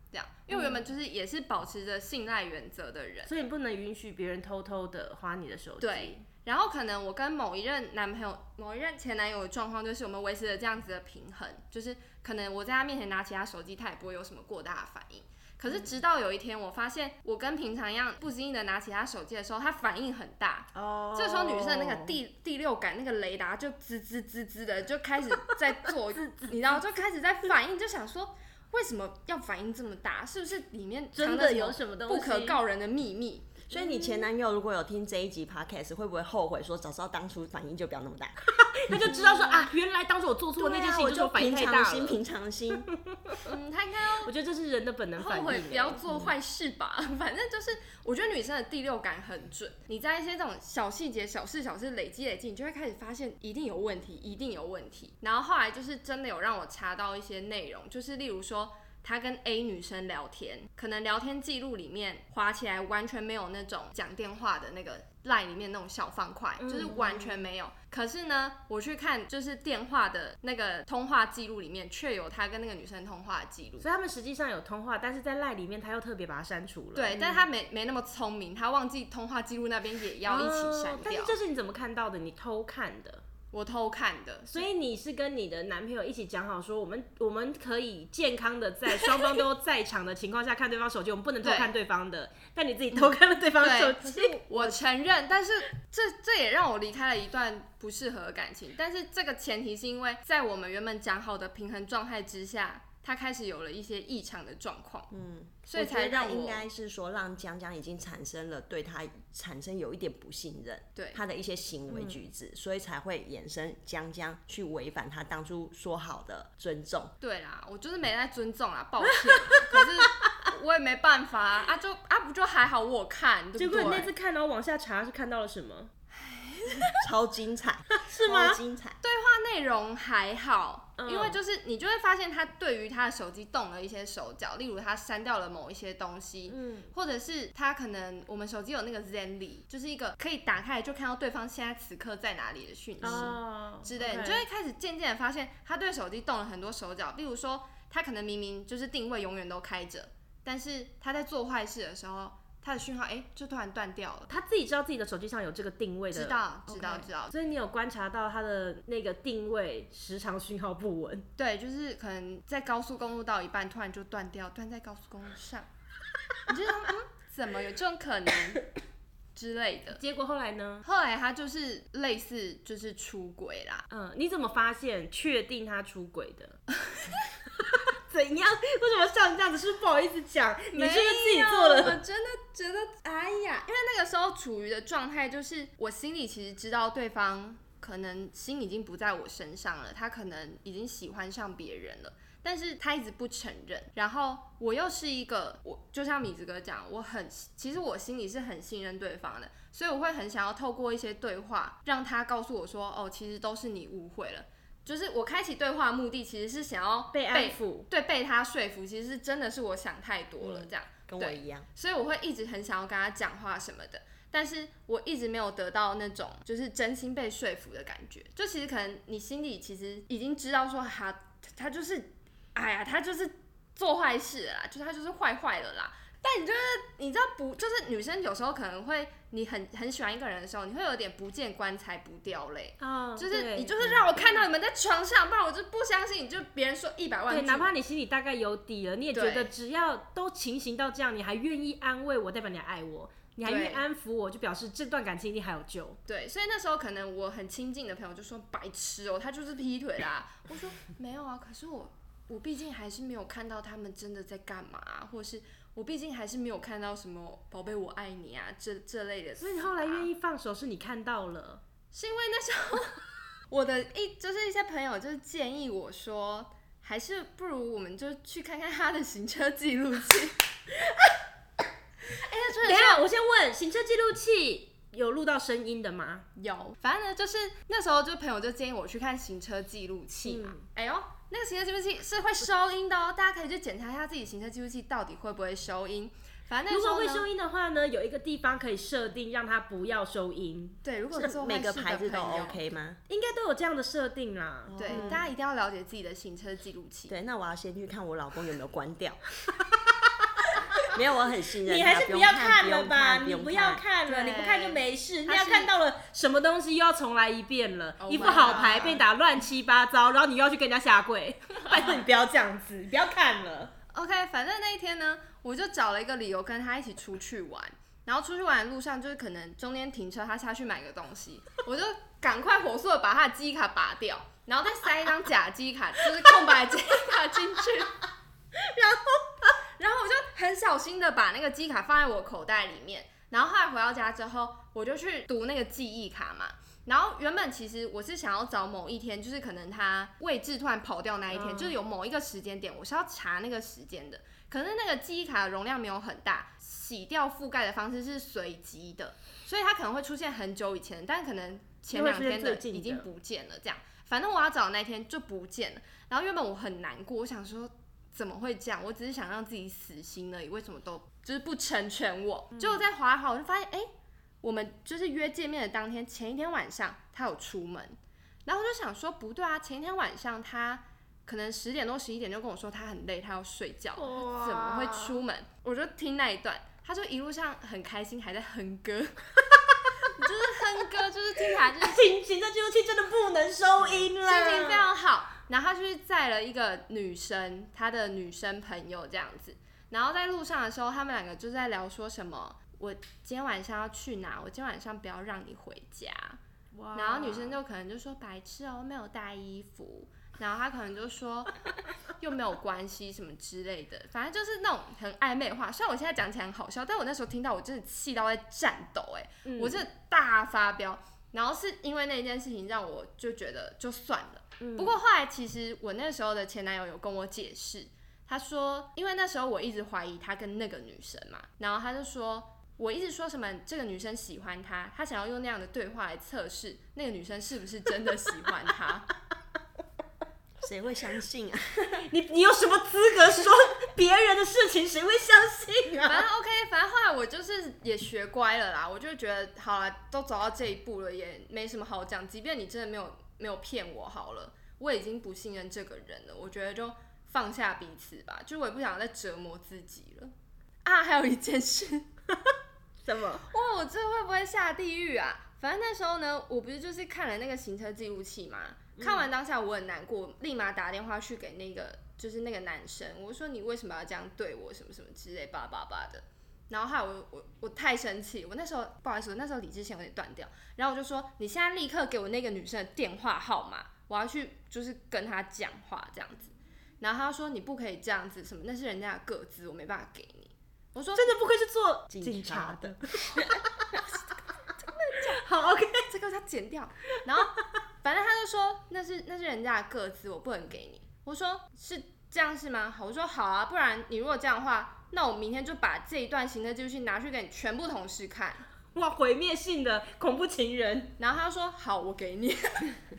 这样，因为我原本就是也是保持着信赖原则的人， 所以你不能允许别人偷偷的花你的手机。 对。然后可能我跟某一任男朋友、某一任前男友的状况，就是我们维持了这样子的平衡，就是可能我在他面前拿起他手机，他也不会有什么过大的反应。可是直到有一天，我发现我跟平常一样，不经意的拿起他手机的时候，他反应很大。哦。这时候女生的那个第第六感那个雷达就滋滋滋滋的就开始在做，你知道，就开始在反应，就想说为什么要反应这么大？是不是里面真的有什么东西不可告人的秘密？ 所以你前男友如果有听这一集 podcast， 会不会后悔说早知道当初反应就不要那么大？ 他就知道说啊，原来当初我做错那件事情，就是我反应太大了。 平常心，平常心。 嗯，他应该要， 我觉得这是人的本能反应。 后悔不要做坏事吧，嗯、反正就是，我觉得女生的第六感很准。你在一些这种小细节、小事、小事累积累积，你就会开始发现一定有问题，一定有问题。然后后来就是真的有让我查到一些内容，就是例如说。他跟 A 女生聊天，可能聊天记录里面滑起来完全没有那种讲电话的那个 LINE 里面那种小方块，嗯、就是完全没有。可是呢，我去看就是电话的那个通话记录里面，却有他跟那个女生通话的记录。 所以他们实际上有通话，但是在 LINE 里面他又特别把它删除了。 对，嗯、但他没没那么聪明，他忘记通话记录那边也要一起删掉。哦、 但是这是你怎么看到的？你偷看的。 我偷看的， 所以你是跟你的男朋友一起讲好说，我们我们可以健康的在双方都在场的情况下看对方手机，我们不能偷看对方的。但你自己偷看了对方手机， 我承认，但是这这也让我离开了一段不适合的感情。但是这个前提是因为在我们原本讲好的平衡状态之下。他开始有了一些异常的状况，嗯，所以才让我应该是说让江江已经产生了对他产生有一点不信任，对他的一些行为举止，嗯、所以才会衍生江江去违反他当初说好的尊重。 对啦，我就是没在尊重啦，抱歉，可是我也没办法啊，啊就啊不就还好我看，对不对？ 结果你那次看然后往下查是看到了什么？ 超精彩， 是吗？ 超精彩。 对话内容还好，嗯、因为就是你就会发现他对于他的手机动了一些手脚，例如他删掉了某一些东西，嗯，或者是他可能我们手机有那个 Zenly， 就是一个可以打开就看到对方现在此刻在哪里的讯息、哦、之类的， okay. 你就会开始渐渐的发现他对手机动了很多手脚，例如说他可能明明就是定位永远都开着，但是他在做坏事的时候。他的讯号哎、欸，就突然断掉了。 他自己知道自己的手机上有这个定位的， 知道，知道， okay. 知道。 所以你有观察到他的那个定位时常讯号不稳。 对，就是可能在高速公路到一半，突然就断掉，断在高速公路上。你就想，嗯，怎么有这种可能之类的？ 结果后来呢？ 后来他就是类似就是出轨啦。 嗯，你怎么发现、确定他出轨的？怎样？为什么像这样子？是不是不好意思讲？你是不是自己做了？ 我真的觉得，哎呀，因为那个时候处于的状态就是，我心里其实知道对方可能心已经不在我身上了，他可能已经喜欢上别人了，但是他一直不承认。然后我又是一个，我就像米子哥讲，我很，其实我心里是很信任对方的，所以我会很想要透过一些对话，让他告诉我说，哦，其实都是你误会了。就是我开启对话的目的其实是想要被安抚， 对，被他说服，其实是真的是我想太多了，这样、嗯、 跟我一样， 所以我会一直很想要跟他讲话什么的，但是我一直没有得到那种就是真心被说服的感觉。就其实可能你心里其实已经知道说他他就是哎呀他就是做坏事了啦，就他就是坏坏了啦。但你就是你知道不，就是女生有时候可能会，你很很喜欢一个人的时候，你会有点不见棺材不掉泪，哦、就是你就是让我看到你们在床上，不然我就不相信，你就别人说一百万句， 对，哪怕你心里大概有底了，你也觉得只要都情形到这样，你还愿意安慰我，代表你还爱我，你还愿意安抚我，就表示这段感情一定还有救。 对，所以那时候可能我很亲近的朋友就说白痴哦，他就是劈腿啦。我说没有啊，可是我我毕竟还是没有看到他们真的在干嘛、啊，或是。我毕竟还是没有看到什么宝贝我爱你啊这这类的、啊， 所以你后来愿意放手是你看到了， 是因为那时候我的一就是一些朋友就是建议我说，还是不如我们就去看看他的行车记录器。哎、欸， 等一下我先问，行车记录器有录到声音的吗？ 有，反正呢就是那时候就朋友就建议我去看行车记录器嘛，哎、嗯、呦。那个行车记录器是会收音的哦，大家可以去检查一下自己行车记录器到底会不会收音。反正那如果会收音的话呢，有一个地方可以设定让它不要收音。 对，如果是每个牌子都 OK 吗？ 应该都有这样的设定啦。 对、嗯，大家一定要了解自己的行车记录器。 对，那我要先去看我老公有没有关掉。 没有，我很信任他。 你还是不要看了吧， 你不要看了，你不看就没事。你要看到了什么东西又要重来一遍了， oh、 一副好牌被打乱七八糟，然后你又要去跟人家下跪，拜托你不要这样子，你不要看了。 OK， 反正那一天呢，我就找了一个理由跟他一起出去玩。然后出去玩的路上，就是可能中间停车，他下去买个东西，我就赶快火速的把他的记忆卡拔掉，然后再塞一张假记忆卡，就是空白记忆卡进去，然后，然后我就很小心的把那个记忆卡放在我口袋里面。然后后来回到家之后，我就去读那个记忆卡嘛。然后原本其实我是想要找某一天，就是可能他位置突然跑掉那一天，嗯、就是有某一个时间点，我是要查那个时间的。可是那个记忆卡的容量没有很大，洗掉覆盖的方式是随机的，所以它可能会出现很久以前，但可能前两天的已经不见了。这样，反正我要找的那天就不见了。然后原本我很难过，我想说怎么会这样？我只是想让自己死心而已，为什么都就是不成全我？结果再滑一滑，我就发现，哎、欸，我们就是约见面的当天，前一天晚上他有出门，然后我就想说不对啊，前一天晚上他可能十点多十一点就跟我说他很累，他要睡觉，他怎么会出门？我就听那一段，他就一路上很开心，还在哼歌，就是哼歌，就是听起来就是行行车记录器真的不能收音了， 心情非常好。然后他就去载了一个女生，他的女生朋友这样子。然后在路上的时候，他们两个就在聊说什么，我今天晚上要去哪？我今天晚上不要让你回家。然后女生就可能就说白痴哦，没有带衣服。然后他可能就说又没有关系什么之类的，反正就是那种很暧昧的话。虽然我现在讲起来很好笑，但我那时候听到我真的气到在颤抖，哎、嗯，我真的大发飙。然后是因为那件事情让我就觉得就算了。嗯、不过后来其实我那时候的前男友有跟我解释，他说因为那时候我一直怀疑他跟那个女生嘛，然后他就说我一直说什么这个女生喜欢他，他想要用那样的对话来测试那个女生是不是真的喜欢他。 谁会相信啊？ 你你有什么资格说别人的事情？谁会相信啊？ 反正 OK， 反正后来我就是也学乖了啦，我就觉得好啦，都走到这一步了，也没什么好讲。即便你真的没有没有骗我好了，我已经不信任这个人了，我觉得就放下彼此吧，就我也不想再折磨自己了。啊，还有一件事， 什么？ 哇，我这会不会下地狱啊？反正那时候呢，我不是就是看了那个行车记录器嘛。看完当下我很难过，立马打电话去给那个就是那个男生，我说你为什么要这样对我，什么什么之类叭叭叭的。然后后来我我我太生气，我那时候不好意思，我那时候理智线有点断掉，然后我就说你现在立刻给我那个女生的电话号码，我要去就是跟她讲话这样子。然后他说你不可以这样子，什么那是人家的个资，我没办法给你。我说真的不愧是做警察的。 好 OK， 这个他剪掉。然后反正他就说那是那是人家的个资，我不能给你。我说是这样是吗？我说好啊，不然你如果这样的话，那我明天就把这一段行车记录器拿去给你全部同事看。 哇，毁灭性的恐怖情人。 然后他说好，我给你。前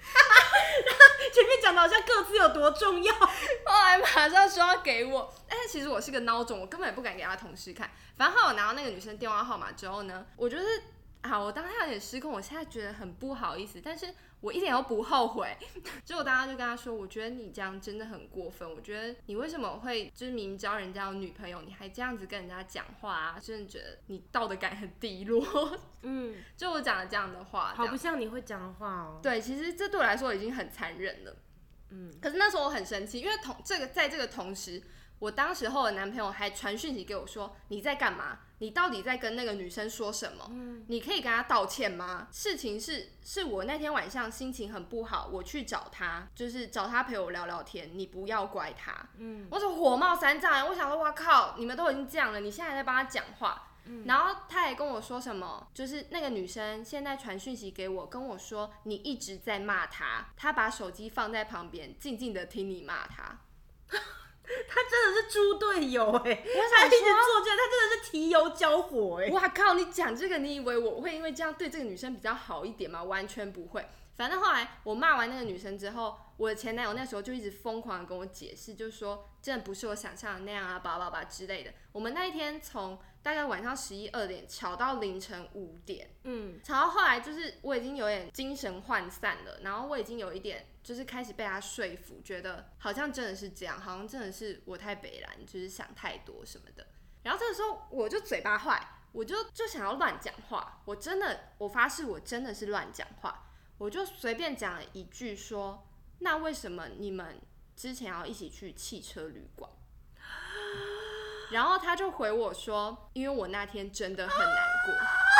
面讲的好像个资有多重要， 后来马上说要给我。但是其实我是个孬种，我根本也不敢给他同事看。反正后来我拿到那个女生电话号码之后呢，我就是好，我当下有点失控，我现在觉得很不好意思，但是我一点都不后悔。结果大家就跟他说，我觉得你这样真的很过分，我觉得你为什么会就是明明知道人家有女朋友，你还这样子跟人家讲话啊？真的觉得你道德感很低落。嗯，就我讲了这样的话， 好不像你会讲的话哦。 对，其实这对我来说已经很残忍了。嗯，可是那时候我很生气，因为同这个在这个同时，我当时候的男朋友还传讯息给我说你在干嘛？你到底在跟那个女生说什么？嗯、你可以跟她道歉吗？事情是，是我那天晚上心情很不好，我去找她，就是找她陪我聊聊天。你不要怪她。嗯，我就火冒三丈，我想说，哇靠，你们都已经这样了，你现在还在帮她讲话。嗯、然后她还跟我说什么，就是那个女生现在传讯息给我，跟我说你一直在骂她，她把手机放在旁边，静静的听你骂她。 他真的是猪队友哎、欸！他一直做这，他真的是提油交火哎、欸！ 哇靠！你讲这个，你以为我会因为这样对这个女生比较好一点吗？完全不会。反正后来我骂完那个女生之后，我的前男友那时候就一直疯狂的跟我解释，就是说真的不是我想象的那样啊，叭叭叭之类的。我们那一天从大概晚上十一二点吵到凌晨五点，嗯，吵到后来就是我已经有点精神涣散了，然后我已经有一点就是开始被他说服，觉得好像真的是这样，好像真的是我太北蓝，就是想太多什么的。 然后这个时候我就嘴巴坏，我就就想要乱讲话，我真的，我发誓我真的是乱讲话，我就随便讲了一句说，那为什么你们之前要一起去汽车旅馆？然后他就回我说，因为我那天真的很难过。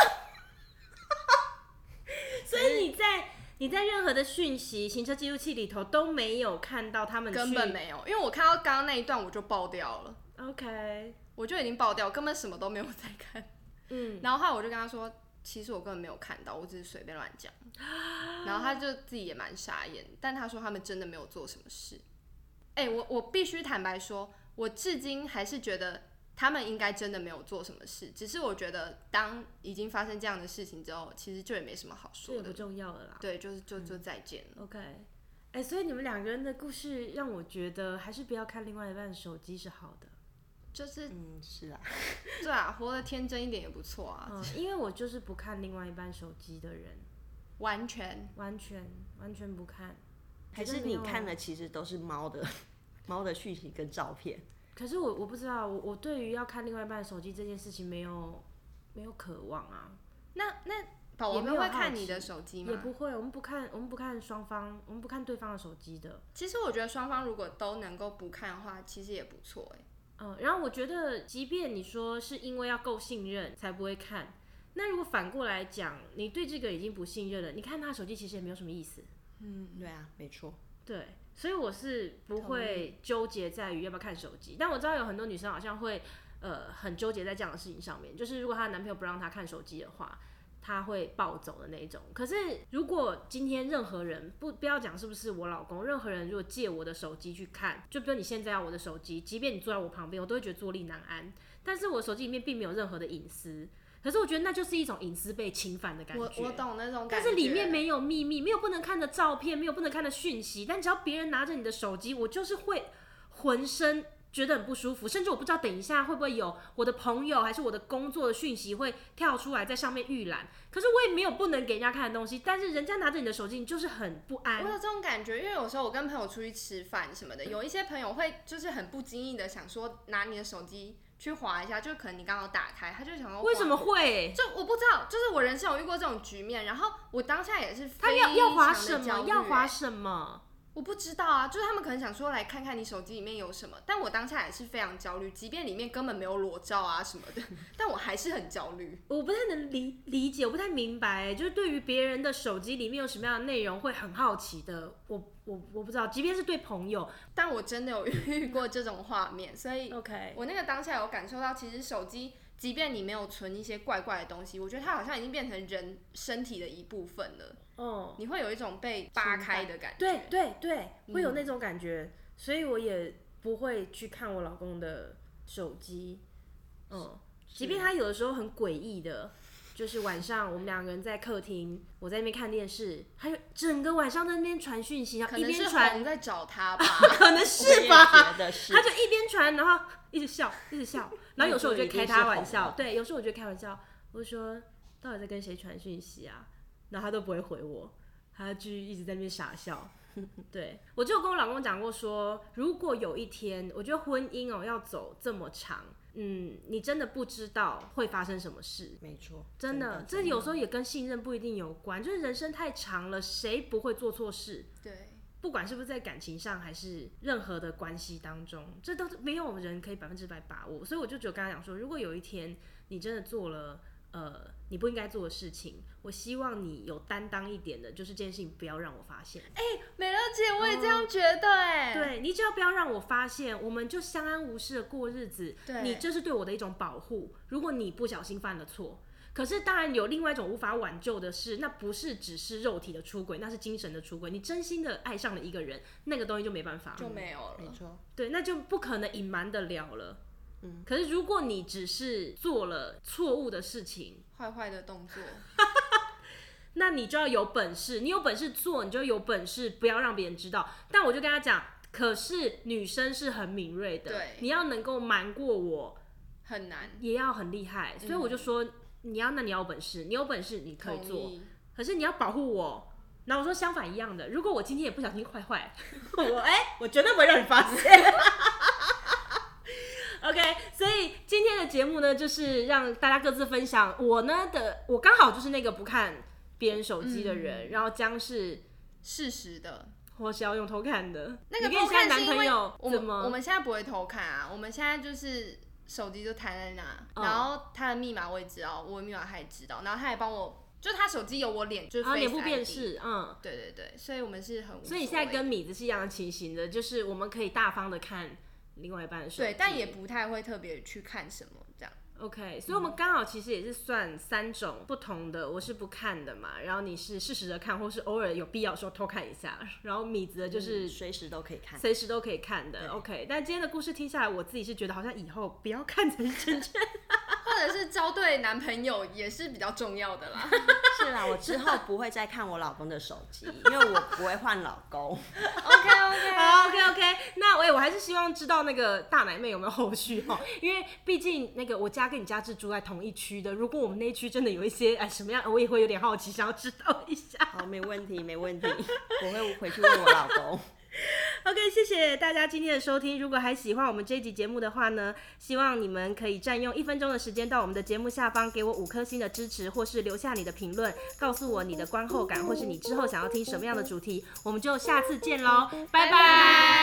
所以你在你在任何的讯息、行车记录器里头都没有看到他们去， 根本没有，因为我看到刚刚那一段我就爆掉了。 OK， 我就已经爆掉，根本什么都没有在看。嗯，然后后来我就跟他说，其实我根本没有看到，我只是随便乱讲。然后他就自己也蛮傻眼，但他说他们真的没有做什么事。哎、欸，我我必须坦白说，我至今还是觉得他们应该真的没有做什么事，只是我觉得当已经发生这样的事情之后，其实就也没什么好说的， 这也不重要了啦。 对，就是就就再见了。 嗯、OK， 哎、欸，所以你们两个人的故事让我觉得，还是不要看另外一半的手机是好的。 就是嗯，是啊， 对啊，活得天真一点也不错啊。 嗯，因为我就是不看另外一半手机的人， 完全完全完全不看。 还是你看的其实都是猫的猫的讯息跟照片。 可是我我不知道，我我对于要看另外一半的手机这件事情没有没有渴望啊。 那那宝宝们会看你的手机吗？ 也不会，我们不看，我们不看双方，我们不看对方的手机的。 其实我觉得双方如果都能够不看的话，其实也不错哎。 嗯，然后我觉得，即便你说是因为要够信任才不会看，那如果反过来讲，你对这个已经不信任了，你看他的手机其实也没有什么意思。 嗯，对啊，没错。 对，所以我是不会纠结在于要不要看手机，但我知道有很多女生好像会呃很纠结在这样的事情上面，就是如果她的男朋友不让她看手机的话，她会暴走的那一种。可是如果今天任何人不不要讲是不是我老公，任何人如果借我的手机去看，就比如你现在要我的手机，即便你坐在我旁边，我都会觉得坐立难安。但是我手机里面并没有任何的隐私。可是我觉得那就是一种隐私被侵犯的感觉。 我我懂那种感觉。 但是里面没有秘密，没有不能看的照片，没有不能看的讯息。但只要别人拿着你的手机，我就是会浑身觉得很不舒服，甚至我不知道等一下会不会有我的朋友还是我的工作的讯息会跳出来在上面预览。可是我也没有不能给人家看的东西，但是人家拿着你的手机，你就是很不安。 我有这种感觉，因为有时候我跟朋友出去吃饭什么的，有一些朋友会就是很不经意的想说拿你的手机去滑一下，就可能你刚好打开，他就想说为什么会？ 就我不知道，就是我人生有遇过这种局面，然后我当下也是非常的焦虑。他要要滑什么？要滑什么？ 我不知道啊，就是他们可能想说来看看你手机里面有什么，但我当下也是非常焦虑，即便里面根本没有裸照啊什么的，但我还是很焦虑。 我不太能理理解，我不太明白，就是对于别人的手机里面有什么样的内容会很好奇的，我我我不知道，即便是对朋友， 但我真的有遇过这种画面，所以 OK， 我那个当下有感受到，其实手机即便你没有存一些怪怪的东西，我觉得它好像已经变成人身体的一部分了。哦，你会有一种被扒开的感觉。 对对对，会有那种感觉，嗯、所以我也不会去看我老公的手机。嗯，即便他有的时候很诡异的，就是晚上我们两个人在客厅，我在那边看电视，他就整个晚上在那边传讯息，然后一边传， 可能是在找他吧， 可能是吧， 他就一边传，然后一直笑，一直笑，然后有时候我就开他玩笑，对，有时候我就开玩笑，我就说到底在跟谁传讯息啊？然后他都不会回我，他就一直在那边傻笑。对，我就有跟我老公讲过说，如果有一天，我觉得婚姻哦要走这么长，嗯，你真的不知道会发生什么事。 没错， 真的，真的这有时候也跟信任不一定有关，就是人生太长了，谁不会做错事？ 对， 不管是不是在感情上，还是任何的关系当中，这都没有人可以百分之百把握。所以我就只有跟他讲说，如果有一天你真的做了呃你不应该做的事情，我希望你有担当一点的，就是这件事情不要让我发现。 哎、欸，美乐姐，我也这样觉得哎、欸。 对，你只要不要让我发现，我们就相安无事的过日子。对，你这是对我的一种保护。如果你不小心犯了错，可是当然有另外一种无法挽救的事，那不是只是肉体的出轨，那是精神的出轨。你真心的爱上了一个人，那个东西就没办法， 就没有了。 没错， 对，那就不可能隐瞒得了了。嗯，可是如果你只是做了错误的事情， 坏坏的动作， 那你就要有本事，你有本事做，你就有本事不要让别人知道。但我就跟他讲，可是女生是很敏锐的， 对， 你要能够瞒过我， 很难， 也要很厉害。所以我就说，嗯、你要，那你要有本事，你有本事你可以做，可是你要保护我。然后我说相反一样的，如果我今天也不小心坏坏，我哎、欸，我绝对不会让你发现。 OK， 所以今天的节目呢，就是让大家各自分享。我呢的，我刚好就是那个不看别人手机的人，嗯、然后将是适时的。 或是要用偷看的。 那个偷看是因为我们我们现在不会偷看啊，我们现在就是手机就摊在那，嗯、然后他的密码我也知道，我的密码他也知道，然后他也帮我，就他手机有我脸，就是 Face I D， 脸部辨识，嗯， 对对对，所以我们是很无所谓的。 所以你现在跟米子是一样的情形的，就是我们可以大方的看另外一半的手机， 对，但也不太会特别去看什么这样。 OK， 所以我们刚好其实也是算三种不同的，我是不看的嘛，然后你是适时的看，或是偶尔有必要的时候偷看一下，然后米子的就是随、嗯、时都可以看， 随时都可以看的。OK， 但今天的故事听下来，我自己是觉得好像以后不要看才是正确， 或者是交对男朋友也是比较重要的啦。 是啦，我之后不会再看我老公的手机，因为我不会换老公。 OK OK， 好 OK OK， 那我、欸、我还是希望知道那个大奶妹有没有后续哈，因为毕竟那个我家跟你家是住在同一区的，如果我们那一区真的有一些哎什么样，我也会有点好奇，想要知道一下。 好，没问题没问题，我会回去问我老公。 OK， 谢谢大家今天的收听。如果还喜欢我们这一集节目的话呢，希望你们可以占用一分钟的时间到我们的节目下方给我五颗星的支持，或是留下你的评论，告诉我你的观后感，或是你之后想要听什么样的主题，我们就下次见咯，拜拜。